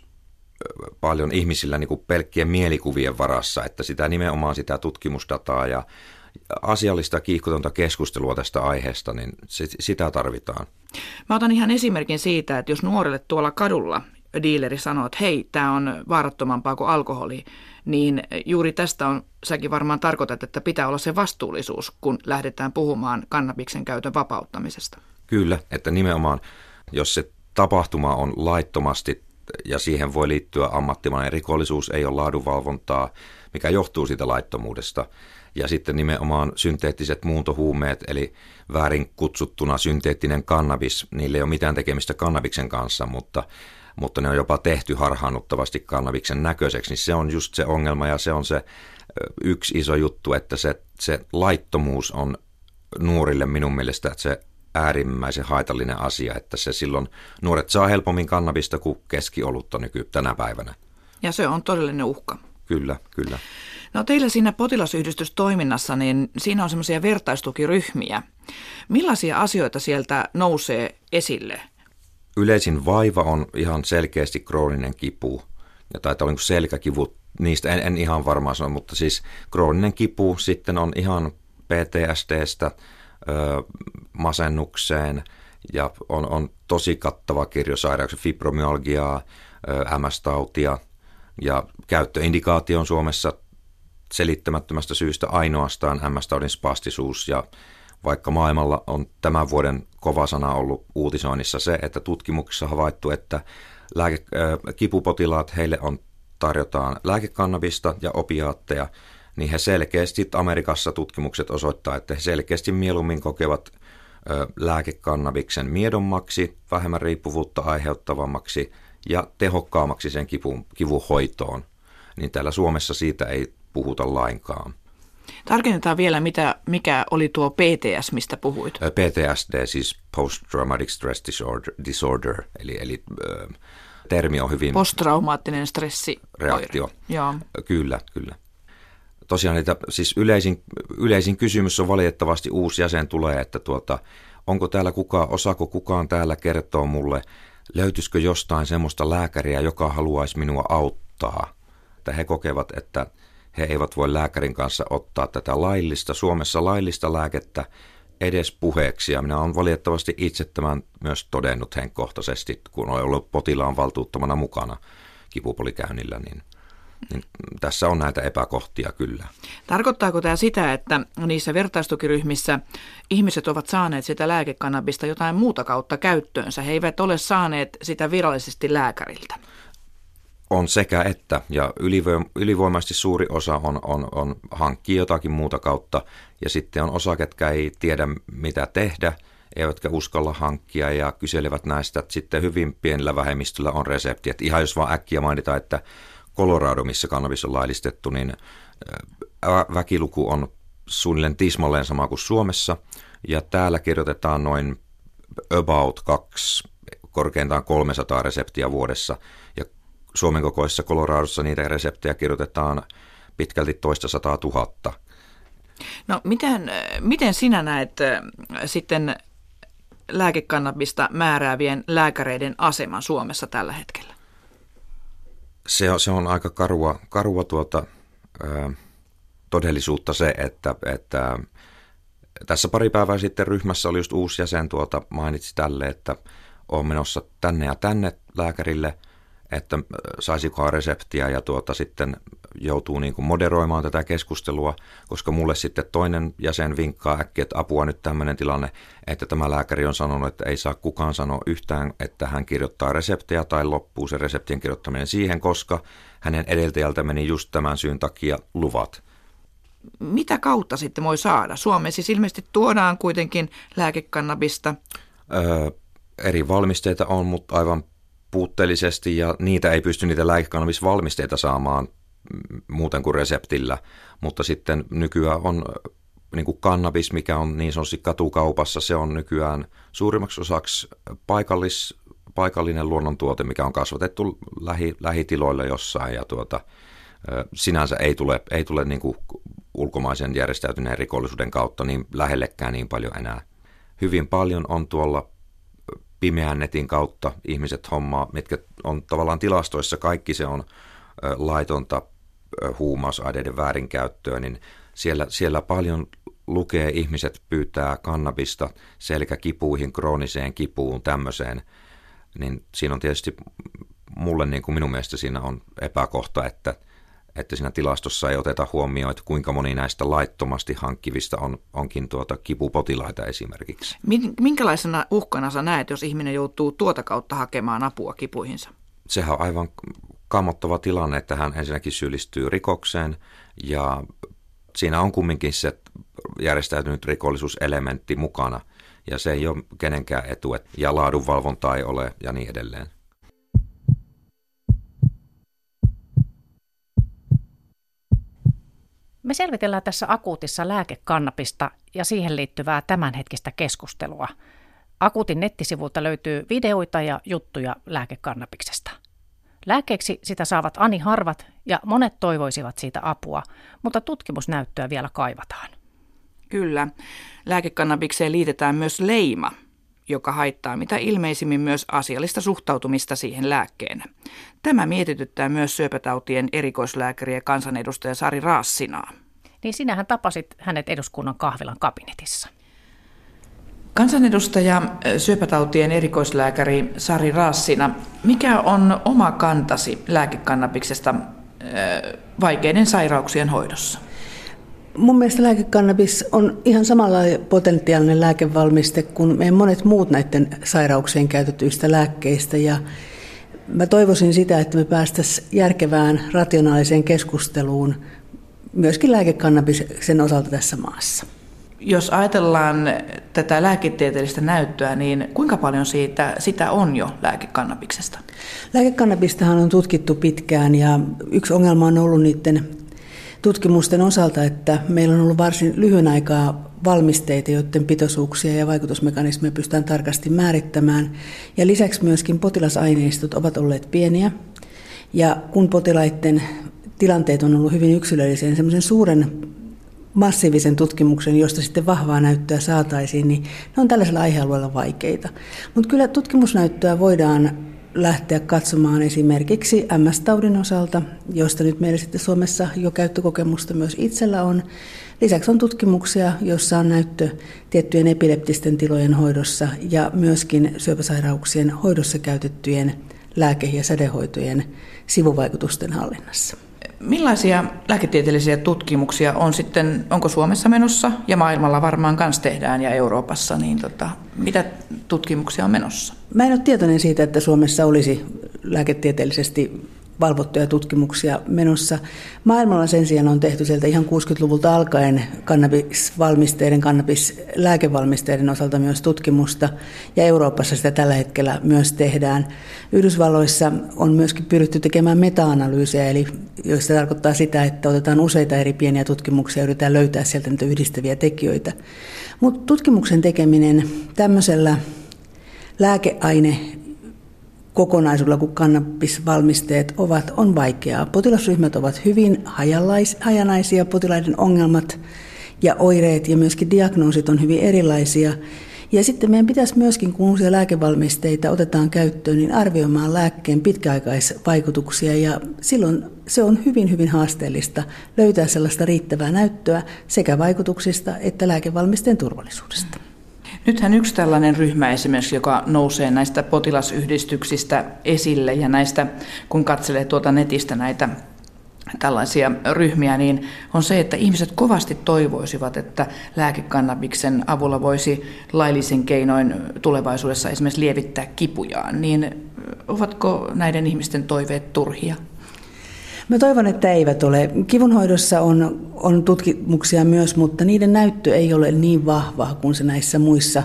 ihmisillä niin kuin pelkkien mielikuvien varassa, että sitä nimenomaan sitä tutkimusdataa ja asiallista kiihkotonta keskustelua tästä aiheesta, niin sitä tarvitaan. Mä otan ihan esimerkin siitä, että jos nuorelle tuolla kadulla diileri sanoo, että hei, tämä on vaarattomampaa kuin alkoholi, niin juuri tästä säkin varmaan tarkoitat, että pitää olla se vastuullisuus, kun lähdetään puhumaan kannabiksen käytön vapauttamisesta. Kyllä, että nimenomaan, jos se tapahtuma on laittomasti ja siihen voi liittyä ammattimainen rikollisuus, ei ole laadunvalvontaa, mikä johtuu siitä laittomuudesta. Ja sitten nimenomaan synteettiset muuntohuumeet, eli väärin kutsuttuna synteettinen kannabis, niillä ei ole mitään tekemistä kannabiksen kanssa, mutta ne on jopa tehty harhaannuttavasti kannabiksen näköiseksi, niin se on just se ongelma ja se on se yksi iso juttu, että se laittomuus on nuorille minun mielestä se äärimmäisen haitallinen asia, että se silloin nuoret saa helpommin kannabista kuin keskiolutta tänä päivänä. Ja se on todellinen uhka. Kyllä, kyllä. No teillä siinä potilasyhdistystoiminnassa, niin siinä on semmoisia vertaistukiryhmiä. Millaisia asioita sieltä nousee esille? Yleisin vaiva on ihan selkeästi krooninen kipu. Ja taitaa olla selkäkivu, niistä en ihan varmaan sano, mutta siis krooninen kipu sitten on ihan PTSDstä masennukseen ja on tosi kattava kirjo sairauksia, fibromyalgiaa, MS-tautia ja käyttöindikaatio on Suomessa selittämättömästä syystä ainoastaan MS-taudin spastisuus ja vaikka maailmalla on tämän vuoden kova sana ollut uutisoinnissa se, että tutkimuksissa havaittu, että kipupotilaat heille tarjotaan lääkekannabista ja opiaatteja, niin he selkeästi, Amerikassa tutkimukset osoittaa, että he selkeästi mieluummin kokevat lääkekannabiksen miedommaksi, vähemmän riippuvuutta aiheuttavammaksi ja tehokkaammaksi sen kivun hoitoon. Niin täällä Suomessa siitä ei puhuta lainkaan. Tarkennetaan vielä, mikä oli tuo PTS, mistä puhuit. PTSD, siis Post-Traumatic Stress Disorder, eli termi on hyvin... Posttraumaattinen stressireaktio. Joo. Kyllä. Tosiaan siis yleisin kysymys on valitettavasti uusi jäsen tulee, että onko täällä osaako kukaan täällä kertoa mulle, löytyisikö jostain semmoista lääkäriä, joka haluaisi minua auttaa. Että he kokevat, että he eivät voi lääkärin kanssa ottaa tätä Suomessa laillista lääkettä edes puheeksi. Ja minä olen valitettavasti itse tämän myös todennut henkkohtaisesti, kun olen ollut potilaan valtuuttamana mukana kipupolikäynnillä, niin tässä on näitä epäkohtia kyllä. Tarkoittaako tämä sitä, että niissä vertaistukiryhmissä ihmiset ovat saaneet sitä lääkekannabista jotain muuta kautta käyttöönsä? He eivät ole saaneet sitä virallisesti lääkäriltä. On sekä että, ja ylivoimaisesti suuri osa on hankkii jotakin muuta kautta, Ja sitten on osa, ketkä ei tiedä mitä tehdä, eivätkä uskalla hankkia ja kyselevät näistä. Sitten hyvin pienellä vähemmistöllä on resepti. Että ihan jos vaan äkkiä mainitaan, että Colorado, missä kannabis on laillistettu, niin väkiluku on suunnilleen tismalleen sama kuin Suomessa. Ja täällä kirjoitetaan noin about 2, korkeintaan 300 reseptiä vuodessa. Ja Suomen kokoisessa Coloradossa niitä reseptejä kirjoitetaan pitkälti 200 000. No miten sinä näet sitten lääkekannabista määräävien lääkäreiden aseman Suomessa tällä hetkellä? Se on aika karua todellisuutta se, että tässä pari päivää sitten ryhmässä oli just uusi jäsen mainitsi tälle, että on menossa tänne ja tänne lääkärille, että saisikohan reseptiä ja sitten joutuu niin kuin moderoimaan tätä keskustelua, koska mulle sitten toinen jäsen vinkkaa äkkiä, että apua nyt tämmöinen tilanne, että tämä lääkäri on sanonut, että ei saa kukaan sanoa yhtään, että hän kirjoittaa reseptejä tai loppuu se reseptien kirjoittaminen siihen, koska hänen edeltäjältä meni just tämän syyn takia luvat. Mitä kautta sitten voi saada? Suomeen siis ilmeisesti tuodaan kuitenkin lääkekannabista. Eri valmisteita on, mutta aivan puutteellisesti ja niitä ei pysty niitä lääkekannabisvalmisteita saamaan muuten kuin reseptillä, mutta sitten nykyään on niin kuin kannabis, mikä on niin sanotusti katukaupassa, se on nykyään suurimmaksi osaksi paikallinen luonnontuote, mikä on kasvatettu lähitiloilla jossain ja sinänsä ei tule niin kuin ulkomaisen järjestäytyneen rikollisuuden kautta niin lähellekään niin paljon enää. Hyvin paljon on tuolla pimeän netin kautta ihmiset hommaa, mitkä on tavallaan tilastoissa kaikki se on laitonta huumausaineiden väärinkäyttöä, niin siellä paljon lukee, ihmiset pyytää kannabista selkäkipuihin, krooniseen kipuun, tämmöiseen, niin siinä on tietysti mulle niin kuin minun mielestä siinä on epäkohta, että siinä tilastossa ei oteta huomioon, että kuinka moni näistä laittomasti hankkivista onkin kipupotilaita esimerkiksi. Minkälaisena uhkana sä näet, jos ihminen joutuu tuota kautta hakemaan apua kipuihinsa? Sehän on aivan kammottava tilanne, että hän ensinnäkin syyllistyy rikokseen ja siinä on kumminkin se järjestäytynyt rikollisuuselementti mukana ja se ei ole kenenkään etu ja laadunvalvontaa ei ole ja niin edelleen. Me selvitellään tässä Akuutissa lääkekannabista ja siihen liittyvää tämänhetkistä keskustelua. Akuutin nettisivulta löytyy videoita ja juttuja lääkekannabiksesta. Lääkkeeksi sitä saavat ani harvat ja monet toivoisivat siitä apua, mutta tutkimusnäyttöä vielä kaivataan. Kyllä. Lääkekannabikseen liitetään myös leima, joka haittaa mitä ilmeisimmin myös asiallista suhtautumista siihen lääkkeenä. Tämä mietityttää myös syöpätautien erikoislääkäri ja kansanedustaja Sari Raassinaa. Niin sinähän tapasit hänet eduskunnan kahvilan kabinetissa. Kansanedustaja, syöpätautien erikoislääkäri Sari Raassina, mikä on oma kantasi lääkekannabiksesta vaikeiden sairauksien hoidossa? Mun mielestä lääkekannabis on ihan samalla potentiaalinen lääkevalmiste kuin meidän monet muut näiden sairauksien käytetyistä lääkkeistä. Ja mä toivoisin sitä, että me päästäisiin järkevään, rationaaliseen keskusteluun myöskin lääkekannabiksen osalta tässä maassa. Jos ajatellaan tätä lääketieteellistä näyttöä, niin kuinka paljon sitä on jo lääkekannabiksesta? Lääkekannabistahan on tutkittu pitkään ja yksi ongelma on ollut niiden tutkimusten osalta, että meillä on ollut varsin lyhyen aikaa valmisteita, joiden pitoisuuksia ja vaikutusmekanismeja pystytään tarkasti määrittämään. Ja lisäksi myöskin potilasaineistot ovat olleet pieniä. Ja kun potilaiden tilanteet on ollut hyvin yksilöllisiä, niin semmoisen suuren massiivisen tutkimuksen, josta sitten vahvaa näyttöä saataisiin, niin ne on tällaisella aihealueella vaikeita. Mutta kyllä tutkimusnäyttöä voidaan lähteä katsomaan esimerkiksi MS-taudin osalta, josta nyt meillä sitten Suomessa jo käyttökokemusta myös itsellä on. Lisäksi on tutkimuksia, joissa on näyttö tiettyjen epileptisten tilojen hoidossa ja myöskin syöpäsairauksien hoidossa käytettyjen lääke- ja sädehoitojen sivuvaikutusten hallinnassa. Millaisia lääketieteellisiä tutkimuksia on sitten, onko Suomessa menossa ja maailmalla varmaan kanssa tehdään ja Euroopassa, niin mitä tutkimuksia on menossa? Mä en ole tietoinen siitä, että Suomessa olisi lääketieteellisesti valvottuja tutkimuksia menossa. Maailmalla sen sijaan on tehty sieltä ihan 60-luvulta alkaen kannabislääkevalmisteiden osalta myös tutkimusta, ja Euroopassa sitä tällä hetkellä myös tehdään. Yhdysvalloissa on myöskin pyritty tekemään meta-analyysejä, eli joista tarkoittaa sitä, että otetaan useita eri pieniä tutkimuksia ja yritetään löytää sieltä niitä yhdistäviä tekijöitä. Mutta tutkimuksen tekeminen tämmöisellä lääkeainekokonaisuudella, kun kannabisvalmisteet on vaikeaa. Potilasryhmät ovat hyvin hajanaisia, potilaiden ongelmat ja oireet ja myöskin diagnoosit on hyvin erilaisia. Ja sitten meidän pitäisi myöskin, kun uusia lääkevalmisteita otetaan käyttöön, niin arvioimaan lääkkeen pitkäaikaisvaikutuksia, ja silloin se on hyvin, hyvin haasteellista löytää sellaista riittävää näyttöä sekä vaikutuksista että lääkevalmisteen turvallisuudesta. Nythän yksi tällainen ryhmä esimerkiksi, joka nousee näistä potilasyhdistyksistä esille ja näistä, kun katselee tuota netistä näitä tällaisia ryhmiä, niin on se, että ihmiset kovasti toivoisivat, että lääkekannabiksen avulla voisi laillisen keinoin tulevaisuudessa esimerkiksi lievittää kipujaan. Niin ovatko näiden ihmisten toiveet turhia? Mä toivon, että eivät ole. Kivunhoidossa on tutkimuksia myös, mutta niiden näyttö ei ole niin vahvaa kuin se näissä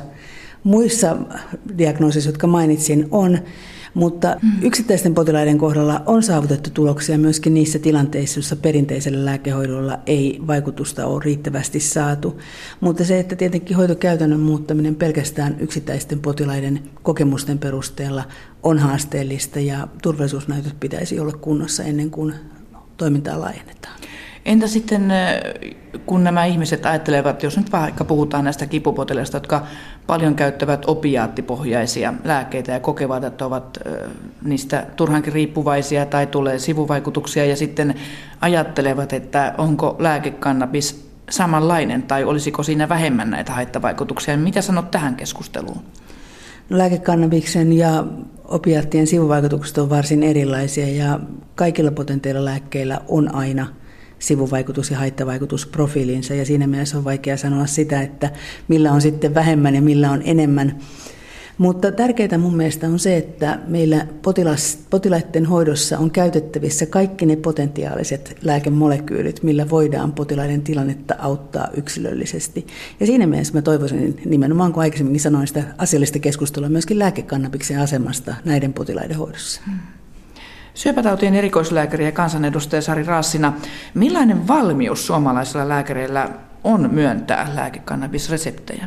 muissa diagnoosissa, jotka mainitsin, on. Mutta yksittäisten potilaiden kohdalla on saavutettu tuloksia myöskin niissä tilanteissa, joissa perinteisellä lääkehoidolla ei vaikutusta ole riittävästi saatu. Mutta se, että tietenkin hoitokäytännön muuttaminen pelkästään yksittäisten potilaiden kokemusten perusteella on haasteellista, ja turvallisuusnäytöt pitäisi olla kunnossa ennen kuin toimintaa laajennetaan. Entä sitten, kun nämä ihmiset ajattelevat, jos nyt vaikka puhutaan näistä kipupotilaista, jotka paljon käyttävät opiaattipohjaisia lääkkeitä ja kokevat, että ovat niistä turhankin riippuvaisia tai tulee sivuvaikutuksia, ja sitten ajattelevat, että onko lääkekannabis samanlainen tai olisiko siinä vähemmän näitä haittavaikutuksia. Mitä sanot tähän keskusteluun? Lääkekannabiksen ja opiaattien sivuvaikutukset on varsin erilaisia, ja kaikilla potenteilla lääkkeillä on aina sivuvaikutus- ja haittavaikutusprofiilinsa, ja siinä mielessä on vaikea sanoa sitä, että millä on sitten vähemmän ja millä on enemmän. Mutta tärkeää mun mielestä on se, että meillä potilaiden hoidossa on käytettävissä kaikki ne potentiaaliset lääkemolekyylit, millä voidaan potilaiden tilannetta auttaa yksilöllisesti. Ja siinä mielessä mä toivoisin nimenomaan, kun aikaisemminkin sanoin, sitä asiallista keskustelua myöskin lääkekannabiksen asemasta näiden potilaiden hoidossa. Syöpätautien erikoislääkäri ja kansanedustaja Sari Raassina, millainen valmius suomalaisilla lääkäreillä on myöntää lääkekannabisreseptejä?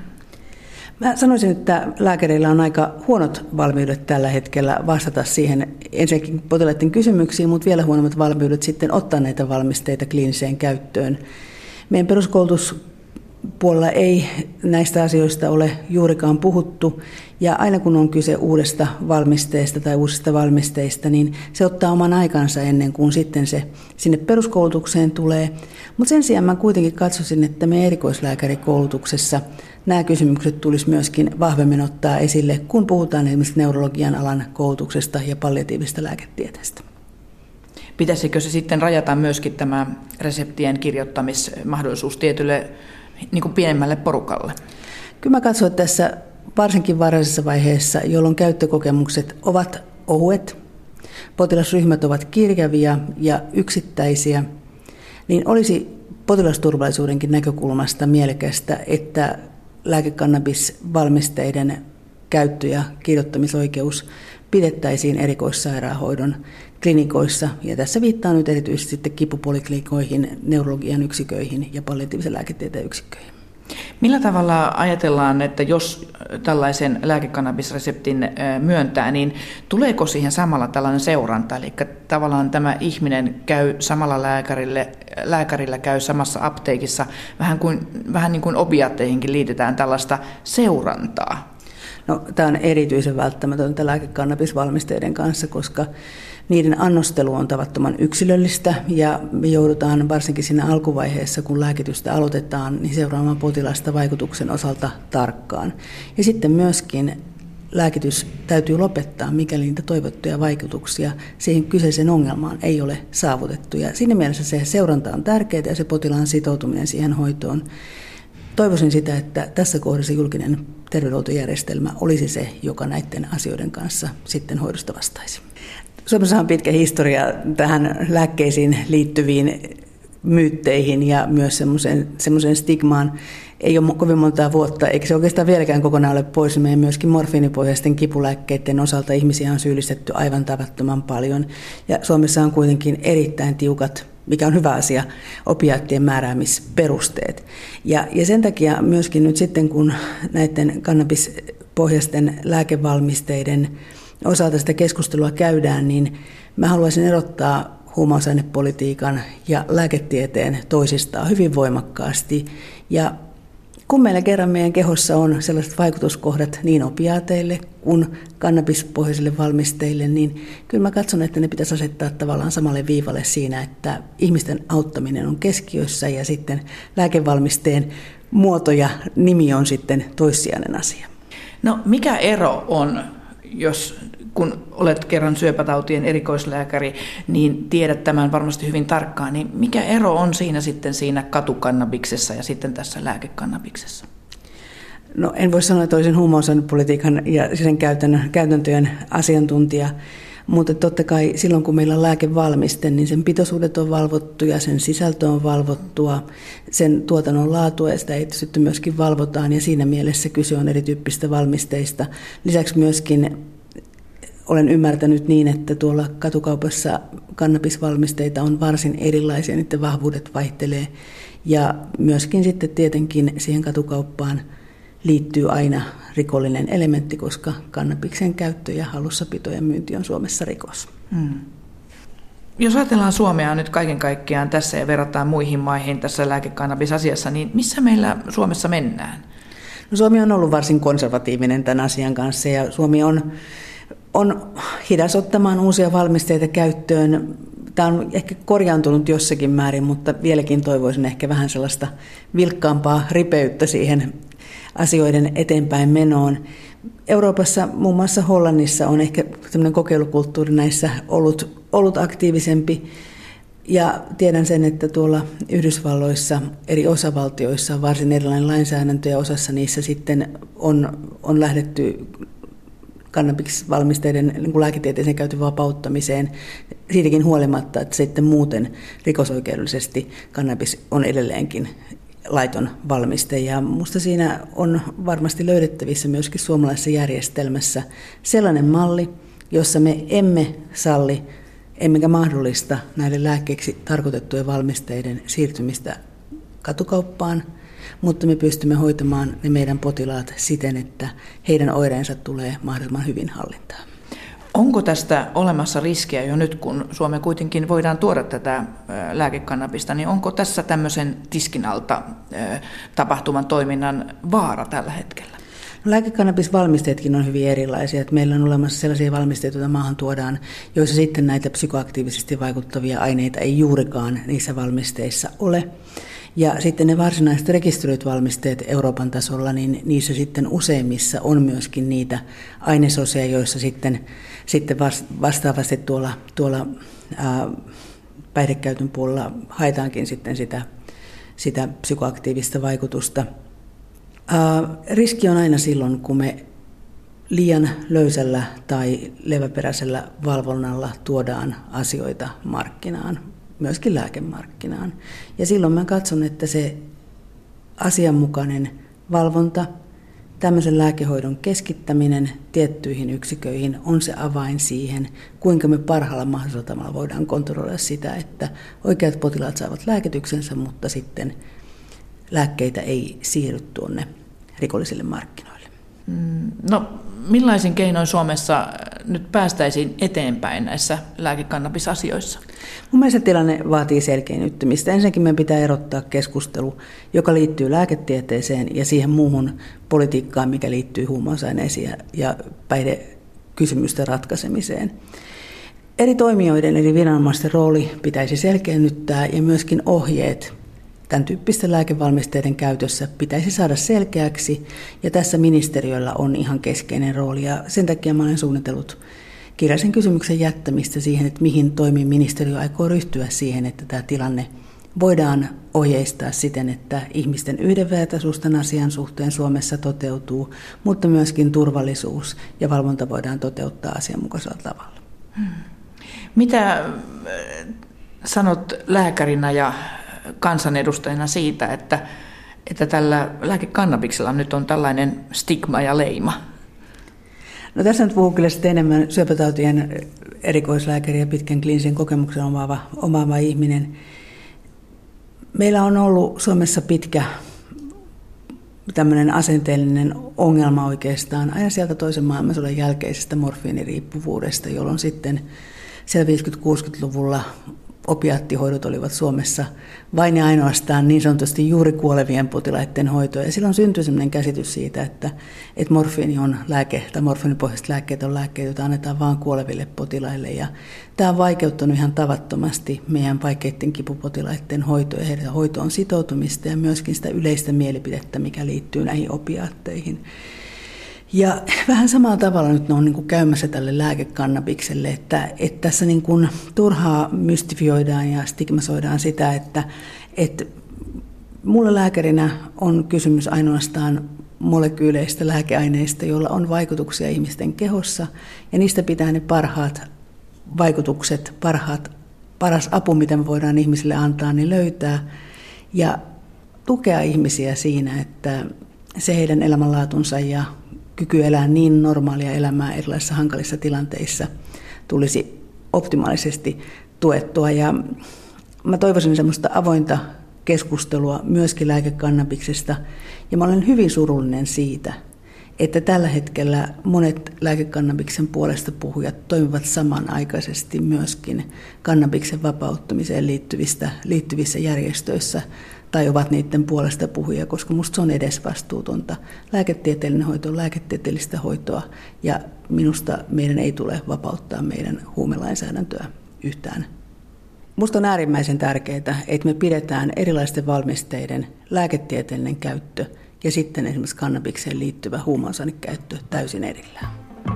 Mä sanoisin, että lääkäreillä on aika huonot valmiudet tällä hetkellä vastata siihen ensinnäkin potilaiden kysymyksiin, mutta vielä huonommat valmiudet sitten ottaa näitä valmisteita kliiniseen käyttöön. Meidän peruskoulutuspuolella ei näistä asioista ole juurikaan puhuttu, ja aina kun on kyse uudesta valmisteesta tai uusista valmisteista, niin se ottaa oman aikansa ennen kuin sitten se sinne peruskoulutukseen tulee. Mutta sen sijaan mä kuitenkin katsoisin, että me erikoislääkärikoulutuksessa nämä kysymykset tulisi myöskin vahvemmin ottaa esille, kun puhutaan esimerkiksi neurologian alan koulutuksesta ja palliatiivista lääketieteestä. Pitäisikö se sitten rajata myöskin tämä reseptien kirjoittamismahdollisuus tietylle niin kuin pienemmälle porukalle? Kyllä mä katson, että tässä varsinkin varhaisessa vaiheessa, jolloin käyttökokemukset ovat ohuet, potilasryhmät ovat kirjavia ja yksittäisiä, niin olisi potilasturvallisuudenkin näkökulmasta mielekästä, että lääkekannabisvalmisteiden käyttö- ja kirjoittamisoikeus pidettäisiin erikoissairaanhoidon klinikoissa, ja tässä viittaan nyt erityisesti sitten kipupoliklinikoihin, neurologian yksiköihin ja palliatiivisen lääketieteen yksikköihin. Millä tavalla ajatellaan, että jos tällaisen lääkekannabisreseptin myöntää, niin tuleeko siihen samalla tällainen seuranta? Eli tavallaan tämä ihminen käy samalla lääkärillä käy samassa apteekissa, vähän niin kuin opiaatteihinkin liitetään tällaista seurantaa. No, tämä on erityisen välttämätöntä lääkekannabisvalmisteiden kanssa, koska niiden annostelu on tavattoman yksilöllistä, ja me joudutaan varsinkin siinä alkuvaiheessa, kun lääkitystä aloitetaan, niin seuraamaan potilasta vaikutuksen osalta tarkkaan. Ja sitten myöskin lääkitys täytyy lopettaa, mikäli niitä toivottuja vaikutuksia siihen kyseiseen ongelmaan ei ole saavutettu. Ja siinä mielessä se seuranta on tärkeää ja se potilaan sitoutuminen siihen hoitoon. Toivoisin sitä, että tässä kohdassa julkinen terveydenhuoltojärjestelmä olisi se, joka näiden asioiden kanssa sitten hoidosta vastaisi. Suomessa on pitkä historia tähän lääkkeisiin liittyviin myytteihin ja myös semmoiseen stigmaan. Ei ole kovin montaa vuotta, eikä se oikeastaan vieläkään kokonaan ole pois. Meidän myöskin morfiinipohjaisten kipulääkkeiden osalta ihmisiä on syyllistetty aivan tavattoman paljon. Ja Suomessa on kuitenkin erittäin tiukat, mikä on hyvä asia, opiaattien määräämisperusteet. Ja sen takia myöskin nyt sitten, kun näiden kannabispohjaisten lääkevalmisteiden osalta sitä keskustelua käydään, niin mä haluaisin erottaa huumausainepolitiikan ja lääketieteen toisistaan hyvin voimakkaasti. Ja kun meillä kerran meidän kehossa on sellaiset vaikutuskohdat niin opiaateille kuin kannabispohjaisille valmisteille, niin kyllä mä katson, että ne pitäisi asettaa tavallaan samalle viivalle siinä, että ihmisten auttaminen on keskiössä ja sitten lääkevalmisteen muoto ja nimi on sitten toissijainen asia. No mikä ero on, kun olet kerran syöpätautien erikoislääkäri, niin tiedät tämän varmasti hyvin tarkkaan, niin mikä ero on siinä katukannabiksessa ja sitten tässä lääkekannabiksessa? No en voi sanoa, että olisin huumausainepolitiikan ja sen käytäntöjen asiantuntija, mutta totta kai silloin, kun meillä on lääkevalmiste, niin sen pitoisuudet on valvottu ja sen sisältö on valvottua, sen tuotannon laatua ja sitä sitten myöskin valvotaan ja siinä mielessä kyse on erityyppistä valmisteista. Lisäksi myöskin olen ymmärtänyt niin, että tuolla katukaupassa kannabisvalmisteita on varsin erilaisia, niiden vahvuudet vaihtelee. Ja myöskin sitten tietenkin siihen katukauppaan liittyy aina rikollinen elementti, koska kannabiksen käyttö ja hallussapito ja myynti on Suomessa rikos. Jos ajatellaan Suomea nyt kaiken kaikkiaan tässä ja verrataan muihin maihin tässä lääkekannabisasiassa, niin missä meillä Suomessa mennään? No, Suomi on ollut varsin konservatiivinen tämän asian kanssa ja Suomi on hidas ottamaan uusia valmisteita käyttöön. Tämä on ehkä korjaantunut jossakin määrin, mutta vieläkin toivoisin ehkä vähän sellaista vilkkaampaa ripeyttä siihen asioiden eteenpäin menoon. Euroopassa, muun muassa Hollannissa, on ehkä tämmöinen kokeilukulttuuri näissä ollut aktiivisempi. Ja tiedän sen, että tuolla Yhdysvalloissa eri osavaltioissa on varsin erilainen lainsäädäntö ja osassa niissä sitten on lähdetty kannabisvalmisteiden niin lääketieteeseen käytön vapauttamiseen siitäkin huolimatta, että sitten muuten rikosoikeudellisesti kannabis on edelleenkin laiton valmiste. Ja minusta siinä on varmasti löydettävissä myöskin suomalaisessa järjestelmässä sellainen malli, jossa me emme salli emmekä mahdollista näiden lääkkeiksi tarkoitettujen valmisteiden siirtymistä katukauppaan, mutta me pystymme hoitamaan ne meidän potilaat siten, että heidän oireensa tulee mahdollisimman hyvin hallintaan. Onko tästä olemassa riskiä jo nyt, kun Suomeen kuitenkin voidaan tuoda tätä lääkekannabista, niin onko tässä tämmöisen tiskin alta tapahtuvan toiminnan vaara tällä hetkellä? No, lääkekannabisvalmisteetkin on hyvin erilaisia. Että meillä on olemassa sellaisia valmisteita, joita maahan tuodaan, joissa sitten näitä psykoaktiivisesti vaikuttavia aineita ei juurikaan niissä valmisteissa ole. Ja sitten ne varsinaiset rekisteröidyt valmisteet Euroopan tasolla, niin niissä sitten useimmissa on myöskin niitä ainesosia, joissa sitten vastaavasti tuolla päihdekäytön puolella haetaankin sitten sitä psykoaktiivista vaikutusta. Riski on aina silloin, kun me liian löysällä tai leväperäisellä valvonnalla tuodaan asioita markkinaan, myöskin lääkemarkkinaan. Ja silloin mä katson, että se asianmukainen valvonta, tämmöisen lääkehoidon keskittäminen tiettyihin yksiköihin on se avain siihen, kuinka me parhaalla mahdollisella tavalla voidaan kontrolloida sitä, että oikeat potilaat saavat lääkityksensä, mutta sitten lääkkeitä ei siirry tuonne rikollisille markkinoille. No, millaisin keinoin Suomessa nyt päästäisiin eteenpäin näissä lääkekannabisasioissa? Mun mielestä tilanne vaatii selkeyttämistä. Ensinnäkin meidän pitää erottaa keskustelu, joka liittyy lääketieteeseen ja siihen muuhun politiikkaan, mikä liittyy huumausaineisiin ja päihdekysymysten ratkaisemiseen. Eri toimijoiden eli viranomaisten rooli pitäisi selkeännyttää ja myöskin ohjeet tämän tyyppisten lääkevalmisteiden käytössä pitäisi saada selkeäksi, ja tässä ministeriöllä on ihan keskeinen rooli, ja sen takia mä olen suunnitellut kirjallisen kysymyksen jättämistä siihen, että mihin toimiin ministeriö aikoo ryhtyä siihen, että tämä tilanne voidaan ohjeistaa siten, että ihmisten yhdenvertaisuus tämän asian suhteen Suomessa toteutuu, mutta myöskin turvallisuus ja valvonta voidaan toteuttaa asianmukaisella tavalla. Mitä sanot lääkärinä ja kansanedustajana siitä, että tällä lääkekannabiksella nyt on tällainen stigma ja leima? No tässä nyt puhuu kyllä sitten enemmän syöpätautien erikoislääkäri ja pitkän kliinisen kokemuksen omaava ihminen. Meillä on ollut Suomessa pitkä tämmöinen asenteellinen ongelma oikeastaan aina sieltä toisen maailmansodan jälkeisestä morfiiniriippuvuudesta, jolloin sitten siellä 50-60-luvulla opiaattihoidot olivat Suomessa vain ja ainoastaan niin sanotusti juuri kuolevien potilaiden hoitoa. Ja silloin syntyi sellainen käsitys siitä, että morfiini on lääke, tai morfiinipohjaiset lääkkeet on lääkkeitä, joita annetaan vain kuoleville potilaille. Ja tämä on vaikeuttanut ihan tavattomasti meidän vaikeiden kipupotilaiden hoitoa ja heidän hoitoon sitoutumista ja myöskin sitä yleistä mielipidettä, mikä liittyy näihin opiaatteihin. Ja vähän samalla tavalla nyt ne on niin kuin käymässä tälle lääkekannabikselle, että tässä niin kuin turhaa mystifioidaan ja stigmasoidaan sitä, että mulle lääkärinä on kysymys ainoastaan molekyyleistä lääkeaineista, joilla on vaikutuksia ihmisten kehossa, ja niistä pitää ne parhaat vaikutukset, paras apu, mitä me voidaan ihmisille antaa, niin löytää, ja tukea ihmisiä siinä, että se heidän elämänlaatunsa ja kyky elää niin normaalia elämää erilaisissa hankalissa tilanteissa tulisi optimaalisesti tuettua. Ja mä toivoisin semmoista avointa keskustelua myöskin lääkekannabiksesta. Ja mä olen hyvin surullinen siitä, että tällä hetkellä monet lääkekannabiksen puolesta puhujat toimivat samanaikaisesti myöskin kannabiksen vapauttamiseen liittyvissä järjestöissä tai ovat niiden puolesta puhujia, koska musta se on edesvastuutonta. Lääketieteellinen hoito on lääketieteellistä hoitoa, ja minusta meidän ei tule vapauttaa meidän huumelainsäädäntöä yhtään. Musta on äärimmäisen tärkeää, että me pidetään erilaisten valmisteiden lääketieteellinen käyttö ja sitten esimerkiksi kannabikseen liittyvä huumausainekäyttö täysin erillään.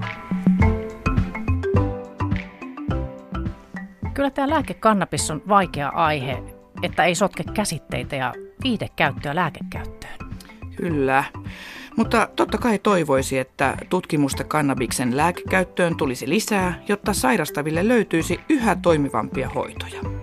Kyllä tämä lääkekannabis on vaikea aihe, että ei sotke käsitteitä ja viihdekäyttöä lääkekäyttöön. Kyllä, mutta totta kai toivoisi, että tutkimusta kannabiksen lääkekäyttöön tulisi lisää, jotta sairastaville löytyisi yhä toimivampia hoitoja.